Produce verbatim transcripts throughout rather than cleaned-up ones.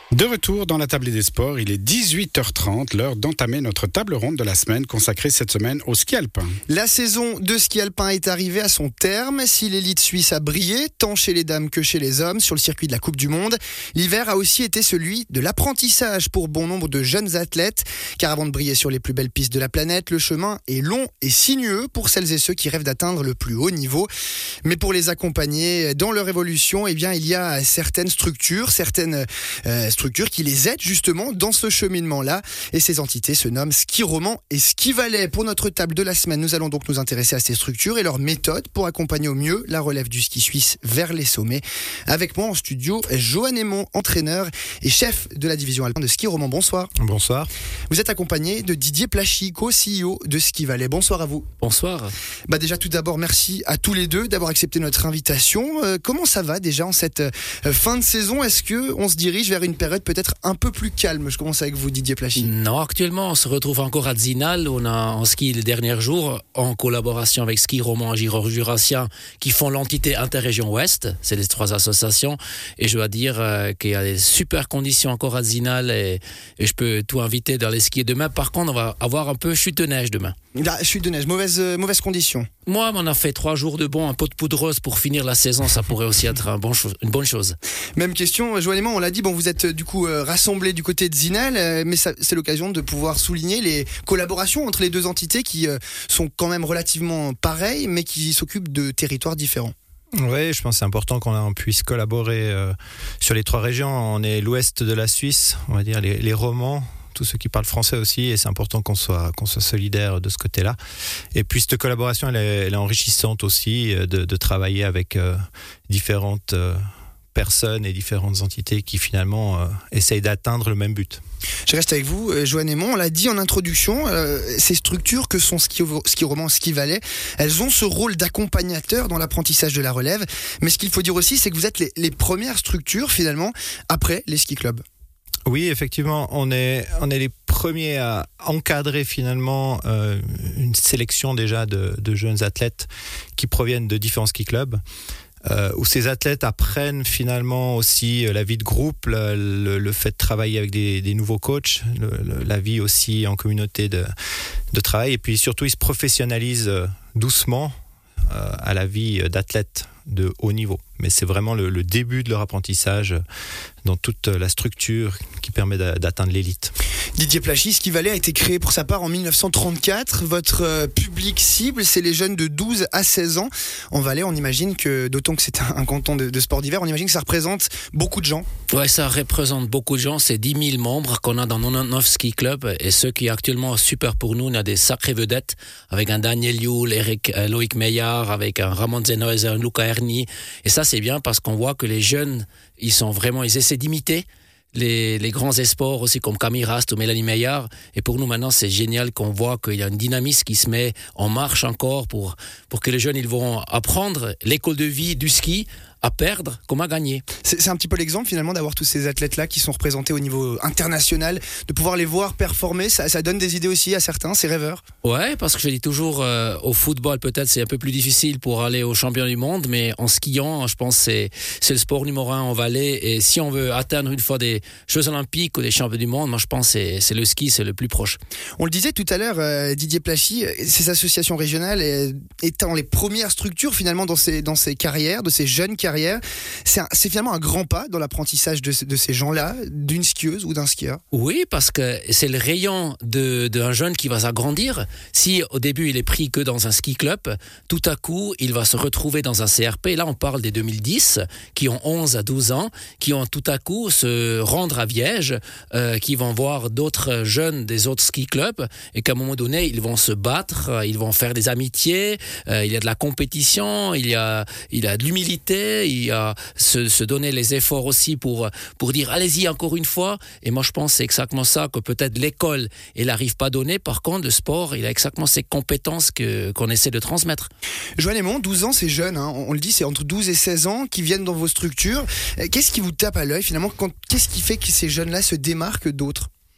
De retour dans la table des sports, il est dix-huit heures trente, l'heure d'entamer notre table ronde de la semaine consacrée cette semaine au ski alpin. La saison de ski alpin est arrivée à son terme. Si l'élite suisse a brillé, tant chez les dames que chez les hommes, sur le circuit de la Coupe du Monde, l'hiver a aussi été celui de l'apprentissage pour bon nombre de jeunes athlètes. Car avant de briller sur les plus belles pistes de la planète, le chemin est long et sinueux pour celles et ceux qui rêvent d'atteindre le plus haut niveau. Mais pour les accompagner dans leur évolution, eh bien, il y a certaines structures, certaines euh, structures qui les aident justement dans ce cheminement-là. Et ces entités se nomment Ski Romand et Ski Valais. Pour notre table de la semaine, nous allons donc nous intéresser à ces structures et leurs méthodes pour accompagner au mieux la relève du ski suisse vers les sommets. Avec moi en studio, Johan Aymon, entraîneur et chef de la division alpin de Ski Romand. Bonsoir. Bonsoir. Vous êtes accompagné de Didier Plachy, co-C E O de Ski Valais. Bonsoir à vous. Bonsoir. Bah déjà tout d'abord, merci à tous les deux d'avoir accepté notre invitation. Euh, comment ça va déjà en cette euh, fin de saison? Est-ce que on se dirige vers une période peut-être un peu plus calme? Je commence avec vous, Didier Plachy. Non, actuellement, on se retrouve encore à Zinal. On a en ski les derniers jours, en collaboration avec Ski Romand et Giro Jurassien, qui font l'entité Interrégion Ouest. C'est les trois associations. Et je dois dire euh, qu'il y a des super conditions encore à Zinal et, et je peux tout inviter dans les skis. Demain, par contre, on va avoir un peu chute de neige demain. La chute de neige, mauvaise, euh, mauvaise condition. Moi, on a fait trois jours de bon, un pot de poudreuse pour finir la saison. Ça pourrait aussi être un bon cho- une bonne chose. Même question, Johan Aymon, on l'a dit, bon, vous êtes euh, du coup euh, rassemblés du côté de Zinal, euh, mais ça, c'est l'occasion de pouvoir souligner les collaborations entre les deux entités qui euh, sont quand même relativement pareilles, mais qui s'occupent de territoires différents. Oui, je pense que c'est important qu'on puisse collaborer euh, sur les trois régions. On est l'ouest de la Suisse, on va dire les, les Romands, tous ceux qui parlent français aussi, et c'est important qu'on soit, qu'on soit solidaire de ce côté-là. Et puis cette collaboration, elle est, elle est enrichissante aussi, de, de travailler avec euh, différentes euh, personnes et différentes entités qui finalement euh, essayent d'atteindre le même but. Je reste avec vous, euh, Johan Aymon. On l'a dit en introduction, euh, ces structures que sont Ski, Ski Romand, Ski Valais, elles ont ce rôle d'accompagnateur dans l'apprentissage de la relève. Mais ce qu'il faut dire aussi, c'est que vous êtes les, les premières structures finalement après les ski clubs. Oui, effectivement, on est, on est les premiers à encadrer finalement euh, une sélection déjà de, de jeunes athlètes qui proviennent de différents ski clubs, euh, où ces athlètes apprennent finalement aussi la vie de groupe, le, le, le fait de travailler avec des, des nouveaux coachs, le, le, la vie aussi en communauté de, de travail, et puis surtout ils se professionnalisent doucement euh, à la vie d'athlète de haut niveau. Mais c'est vraiment le, le début de leur apprentissage dans toute la structure qui permet d'atteindre l'élite. Didier Plachy, Ski Valais a été créé pour sa part en dix-neuf cent trente-quatre. Votre euh, public cible, c'est les jeunes de douze à seize ans. En Valais, on imagine que, d'autant que c'est un, un canton de, de sport d'hiver, on imagine que ça représente beaucoup de gens. Ouais, ça représente beaucoup de gens. C'est dix mille membres qu'on a dans quatre-vingt-dix-neuf ski clubs. Et ce qui est actuellement super pour nous, on a des sacrées vedettes avec un Daniel Yule, Eric, euh, Loïc Meillard, avec un Ramon Zenoise, un Luca Erni. Et ça, c'est bien parce qu'on voit que les jeunes, ils sont vraiment, ils essaient d'imiter les, les grands espoirs aussi comme Camille Rast ou Mélanie Meillard. Et pour nous maintenant, c'est génial qu'on voit qu'il y a une dynamisme qui se met en marche encore pour, pour que les jeunes, ils vont apprendre l'école de vie du ski à perdre comme à gagner. C'est, c'est un petit peu l'exemple finalement d'avoir tous ces athlètes-là qui sont représentés au niveau international, de pouvoir les voir performer, ça, ça donne des idées aussi à certains, ces rêveurs. Ouais, parce que je dis toujours, euh, au football peut-être c'est un peu plus difficile pour aller au champion du monde, mais en skiant, je pense que c'est, c'est le sport numéro un en Valais, et si on veut atteindre une fois des Jeux Olympiques ou des champions du monde, moi je pense que c'est, c'est le ski, c'est le plus proche. On le disait tout à l'heure, euh, Didier Plachy, ces associations régionales euh, étant les premières structures finalement dans ces, dans ces carrières, de ces jeunes carrières, C'est, un, c'est finalement un grand pas dans l'apprentissage de, de ces gens-là, d'une skieuse ou d'un skieur. Oui, parce que c'est le rayon de, d'un jeune qui va s'agrandir. Si au début il est pris que dans un ski club, tout à coup il va se retrouver dans un C R P. Là on parle des deux mille dix, qui ont onze à douze ans, qui ont tout à coup se rendre à Viège, euh, qui vont voir d'autres jeunes des autres ski clubs, et qu'à un moment donné ils vont se battre, ils vont faire des amitiés, euh, il y a de la compétition, il y a, il y a de l'humilité, il y a se, se donner les efforts aussi pour, pour dire allez-y encore une fois. Et moi je pense que c'est exactement ça que peut-être l'école elle n'arrive pas à donner. Par contre le sport il a exactement ces compétences que, qu'on essaie de transmettre. Johan Aymon, douze ans c'est jeune, hein. On le dit, c'est entre douze et seize ans qui viennent dans vos structures. Qu'est-ce qui vous tape à l'œil finalement quand, qu'est-ce qui fait que ces jeunes-là se démarquent d'autres?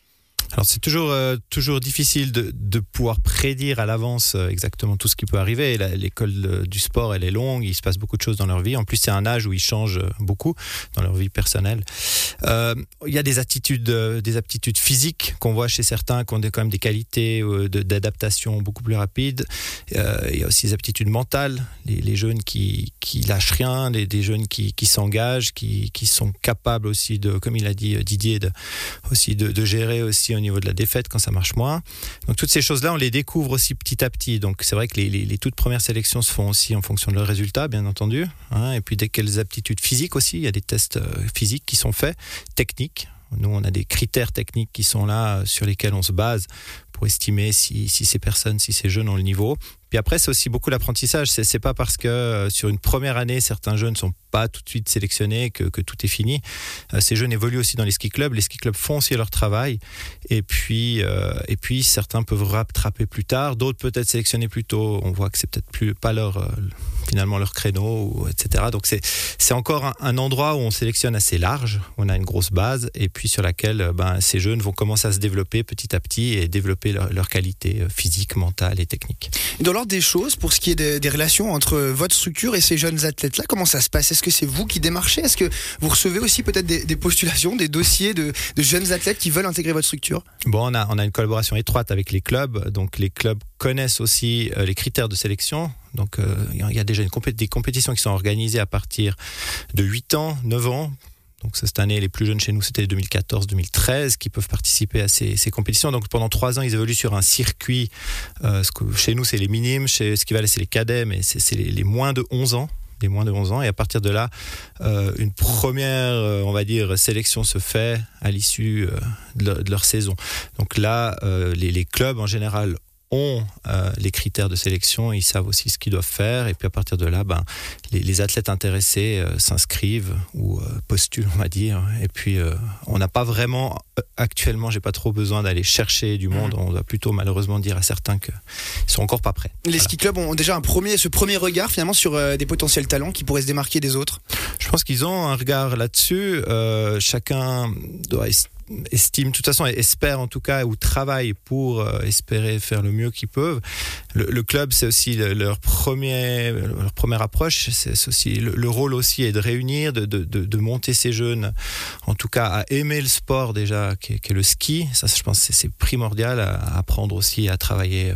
Alors c'est toujours euh, toujours difficile de, de pouvoir prédire à l'avance euh, exactement tout ce qui peut arriver. La, l'école de, du sport, elle est longue, il se passe beaucoup de choses dans leur vie. En plus, c'est un âge où ils changent beaucoup dans leur vie personnelle. Euh, il y a des attitudes, euh, des aptitudes physiques qu'on voit chez certains qui ont des, quand même des qualités euh, de, d'adaptation beaucoup plus rapides. Euh, il y a aussi des aptitudes mentales, les, les jeunes qui qui lâchent rien, des, des jeunes qui qui s'engagent, qui qui sont capables aussi de, comme il a dit Didier, de, aussi de, de gérer aussi au niveau de la défaite quand ça marche moins. Donc toutes ces choses-là, on les découvre aussi petit à petit. Donc c'est vrai que les, les, les toutes premières sélections se font aussi en fonction de leurs résultats, bien entendu. Hein, et puis dès qu'il y a les aptitudes physiques aussi, il y a des tests euh, physiques qui sont faits, techniques. Nous, on a des critères techniques qui sont là, sur lesquels on se base pour estimer si, si ces personnes, si ces jeunes ont le niveau. Puis après, c'est aussi beaucoup l'apprentissage. C'est, c'est pas parce que euh, sur une première année, certains jeunes sont pas tout de suite sélectionnés que, que tout est fini. Euh, ces jeunes évoluent aussi dans les ski clubs. Les ski clubs font aussi leur travail. Et puis, euh, et puis certains peuvent rattraper plus tard, d'autres peut-être sélectionnés plus tôt. On voit que c'est peut-être plus pas leur euh, finalement leur créneau, ou, et cetera. Donc c'est c'est encore un, un endroit où on sélectionne assez large. On a une grosse base et puis sur laquelle ben ces jeunes vont commencer à se développer petit à petit et développer leur, leur qualité physique, mentale et technique. Dans l'ordre des choses, pour ce qui est des, des relations entre votre structure et ces jeunes athlètes-là, comment ça se passe ? Est-ce que c'est vous qui démarchez ? Est-ce que vous recevez aussi peut-être des, des postulations, des dossiers de, de jeunes athlètes qui veulent intégrer votre structure ? Bon, on a, on a une collaboration étroite avec les clubs. Donc les clubs connaissent aussi euh, les critères de sélection. Donc euh, il y a déjà une compé- des compétitions qui sont organisées à partir de huit ans, neuf ans. Donc cette année, les plus jeunes chez nous, c'était deux mille quatorze deux mille treize qui peuvent participer à ces, ces compétitions. Donc pendant trois ans, ils évoluent sur un circuit. Euh, ce que, chez nous, c'est les minimes. Chez Skivalet, c'est les cadets, mais c'est, c'est les, les moins de onze ans. Les moins de onze ans. Et à partir de là, euh, une première, euh, on va dire, sélection se fait à l'issue euh, de, leur, de leur saison. Donc là, euh, les, les clubs, en général, ont euh, les critères de sélection, ils savent aussi ce qu'ils doivent faire et puis à partir de là, ben, les, les athlètes intéressés euh, s'inscrivent ou euh, postulent, on va dire, et puis euh, on n'a pas vraiment, euh, actuellement j'ai pas trop besoin d'aller chercher du monde, mmh. On doit plutôt malheureusement dire à certains qu'ils sont encore pas prêts. Les voilà. ski clubs ont déjà un premier, ce premier regard finalement sur euh, des potentiels talents qui pourraient se démarquer des autres. Je pense qu'ils ont un regard là-dessus, euh, chacun doit estime, de toute façon, espère en tout cas, ou travaille pour euh, espérer faire le mieux qu'ils peuvent. Le, le club, c'est aussi le, leur, premier, leur première approche. C'est, c'est aussi, le, le rôle aussi est de réunir, de, de, de, de monter ces jeunes, en tout cas à aimer le sport déjà, qui est, qui est le ski. Ça, je pense que c'est, c'est primordial à, à apprendre aussi à travailler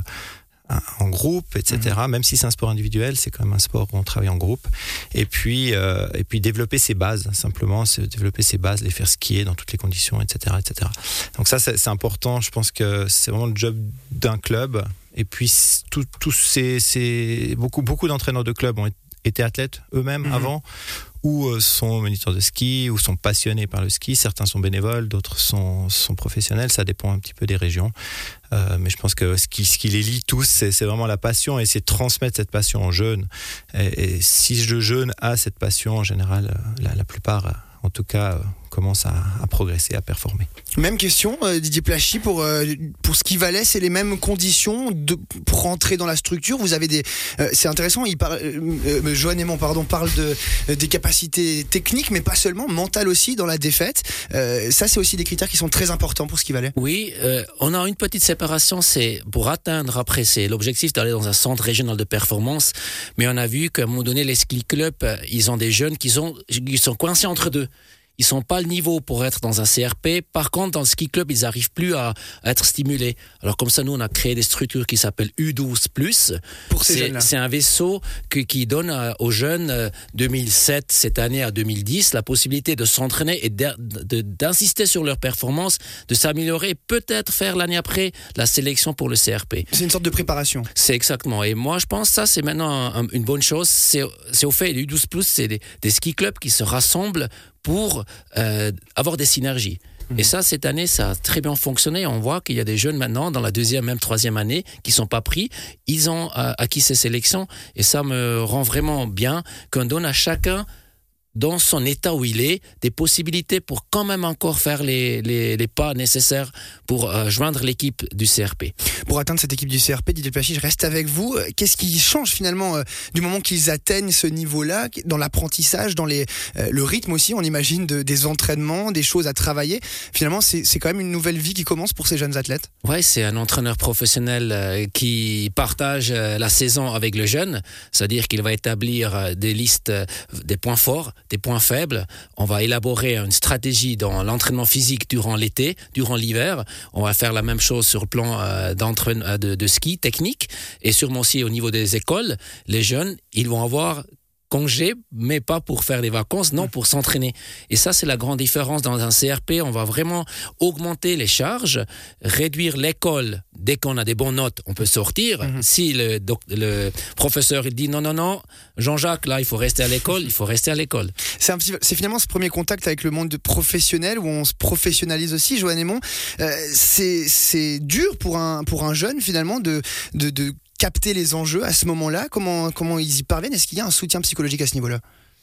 en groupe, et cetera. Mmh. Même si c'est un sport individuel, c'est quand même un sport où on travaille en groupe. Et puis, euh, et puis développer ses bases, simplement, c'est développer ses bases, les faire skier dans toutes les conditions, et cetera, et cetera. Donc ça, c'est, c'est important. Je pense que c'est vraiment le job d'un club. Et puis, tous tout ces, ces, beaucoup, beaucoup d'entraîneurs de clubs ont été athlètes eux-mêmes mmh. avant, ou sont moniteurs de ski, ou sont passionnés par le ski. Certains sont bénévoles, d'autres sont, sont professionnels. Ça dépend un petit peu des régions. Euh, mais je pense que ce qui, ce qui les lie tous, c'est, c'est vraiment la passion et c'est de transmettre cette passion aux jeunes. Et, et si le jeune a cette passion, en général, la, la plupart, en tout cas, commencent à, à progresser, à performer. Même question, euh, Didier Plachy, pour, euh, pour Skivalet, c'est les mêmes conditions de, pour rentrer dans la structure. Vous avez des, euh, c'est intéressant, il parle, euh, Johan Aymon, pardon, parle de, euh, des capacités techniques, mais pas seulement, mentales aussi dans la défaite. Euh, ça, c'est aussi des critères qui sont très importants pour Skivalet. Oui, euh, on a une petite séparation, c'est pour atteindre après, c'est l'objectif d'aller dans un centre régional de performance, mais on a vu qu'à un moment donné, les ski clubs, ils ont des jeunes qui sont, qui sont coincés entre deux. Ils sont pas le niveau pour être dans un C R P. Par contre, dans le ski club, ils arrivent plus à, à être stimulés. Alors comme ça, nous, on a créé des structures qui s'appellent U douze plus. Pour ces c'est, jeunes-là. C'est un vaisseau que, qui donne à, aux jeunes euh, deux mille sept, cette année à deux mille dix, la possibilité de s'entraîner et de, de, d'insister sur leur performance, de s'améliorer, peut-être faire l'année après la sélection pour le C R P. C'est une sorte de préparation. C'est exactement. Et moi, je pense que ça, c'est maintenant un, une bonne chose. C'est, c'est au fait, l'U douze plus, c'est des, des ski clubs qui se rassemblent pour euh, avoir des synergies. Mmh. Et ça, cette année, ça a très bien fonctionné. On voit qu'il y a des jeunes maintenant, dans la deuxième, même troisième année, qui ne sont pas pris. Ils ont euh, acquis ces sélections. Et ça me rend vraiment bien qu'on donne à chacun dans son état où il est, des possibilités pour quand même encore faire les, les, les pas nécessaires pour euh, joindre l'équipe du C R P. Pour atteindre cette équipe du C R P, Didier Plachis, je reste avec vous. Qu'est-ce qui change finalement euh, du moment qu'ils atteignent ce niveau-là, dans l'apprentissage, dans les, euh, le rythme aussi, on imagine, de, des entraînements, des choses à travailler. Finalement, c'est, c'est quand même une nouvelle vie qui commence pour ces jeunes athlètes. Ouais, c'est un entraîneur professionnel euh, qui partage euh, la saison avec le jeune, c'est-à-dire qu'il va établir euh, des listes, euh, des points forts, des points faibles. On va élaborer une stratégie dans l'entraînement physique durant l'été, durant l'hiver. On va faire la même chose sur le plan euh, d'entraînement de, de ski technique et sûrement aussi au niveau des écoles. Les jeunes, ils vont avoir congé, mais pas pour faire des vacances, non, pour s'entraîner. Et ça, c'est la grande différence dans un C R P. On va vraiment augmenter les charges, réduire l'école. Dès qu'on a des bonnes notes, on peut sortir. Mm-hmm. Si le, doc, le professeur il dit non, non, non, Jean-Jacques, là, il faut rester à l'école, il faut rester à l'école. C'est, un petit, c'est finalement ce premier contact avec le monde professionnel où on se professionnalise aussi, Johan Aymon. Euh, c'est, c'est dur pour un, pour un jeune, finalement, de, de, de capter les enjeux à ce moment-là. Comment, comment ils y parviennent? Est-ce qu'il y a un soutien psychologique à ce niveau-là?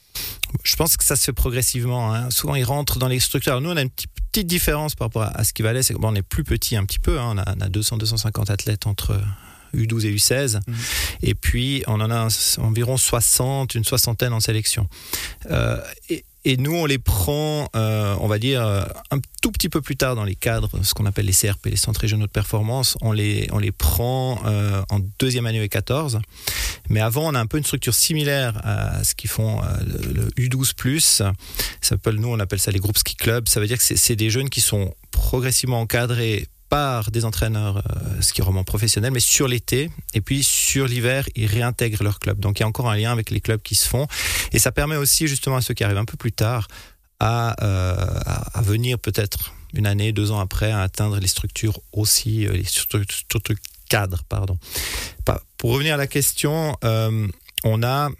Je pense que ça se fait progressivement. Hein. Souvent, ils rentrent dans les structures. Alors nous, on a une petite, petite différence par rapport à ce qui valait. C'est qu'on est plus petit un petit peu. Hein. On a, on a deux cents à deux cent cinquante athlètes entre U douze et U seize. Mmh. Et puis, on en a environ soixante, une soixantaine en sélection. Euh, et, Et nous, on les prend, euh, on va dire, un tout petit peu plus tard dans les cadres, ce qu'on appelle les C R P, les centres régionaux de performance. On les, on les prend euh, en deuxième année U quatorze. Mais avant, on a un peu une structure similaire à ce qu'ils font euh, le, le U douze plus. Ça s'appelle, nous, on appelle ça les groupes ski club. Ça veut dire que c'est, c'est des jeunes qui sont progressivement encadrés par des entraîneurs euh, ski roman professionnels, mais sur l'été, et puis sur l'hiver, ils réintègrent leur club. Donc il y a encore un lien avec les clubs qui se font, et ça permet aussi justement à ceux qui arrivent un peu plus tard à, euh, à, à venir peut-être une année, deux ans après, à atteindre les structures aussi, euh, les structures, structures cadres, pardon. Pour revenir à la question, euh, on a,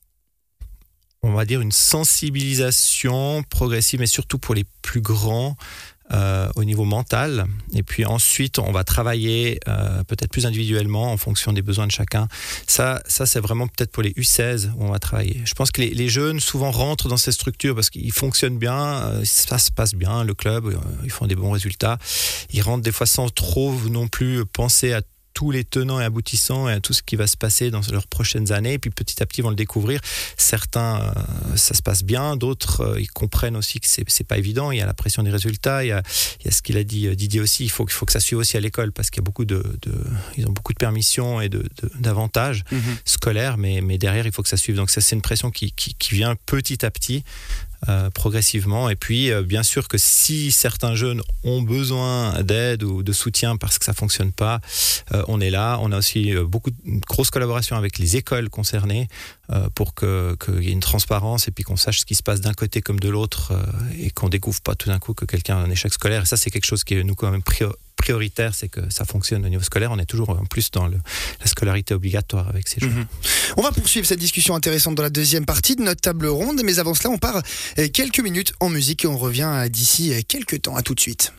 on va dire, une sensibilisation progressive, mais surtout pour les plus grands, Euh, au niveau mental, et puis ensuite on va travailler euh, peut-être plus individuellement en fonction des besoins de chacun. Ça, ça c'est vraiment peut-être pour les U seize où on va travailler. Je pense que les, les jeunes souvent rentrent dans ces structures parce qu'ils fonctionnent bien, euh, ça se passe bien, le club, euh, ils font des bons résultats. Ils rentrent des fois sans trop non plus penser à tous les tenants et aboutissants et à tout ce qui va se passer dans leurs prochaines années, et puis petit à petit ils vont le découvrir. Certains euh, ça se passe bien, d'autres euh, ils comprennent aussi que c'est, c'est pas évident, il y a la pression des résultats, il y a, il y a ce qu'il a dit Didier aussi, il faut, il faut que ça suive aussi à l'école parce qu'il y a beaucoup de, de ils ont beaucoup de permissions et de, de, d'avantages mmh. scolaires, mais, mais derrière il faut que ça suive, donc ça c'est une pression qui, qui, qui vient petit à petit. Euh, progressivement, et puis euh, bien sûr que si certains jeunes ont besoin d'aide ou de soutien parce que ça fonctionne pas, euh, on est là. On a aussi euh, beaucoup de une grosse collaboration avec les écoles concernées euh, pour que qu'il y ait une transparence et puis qu'on sache ce qui se passe d'un côté comme de l'autre euh, et qu'on découvre pas tout d'un coup que quelqu'un a un échec scolaire. Et ça c'est quelque chose qui est nous quand même prioritaire. prioritaire, c'est que ça fonctionne au niveau scolaire. On est toujours en plus dans le, la scolarité obligatoire avec ces jeunes. Mmh. On va poursuivre cette discussion intéressante dans la deuxième partie de notre table ronde, mais avant cela, on part quelques minutes en musique et on revient d'ici quelques temps. À tout de suite.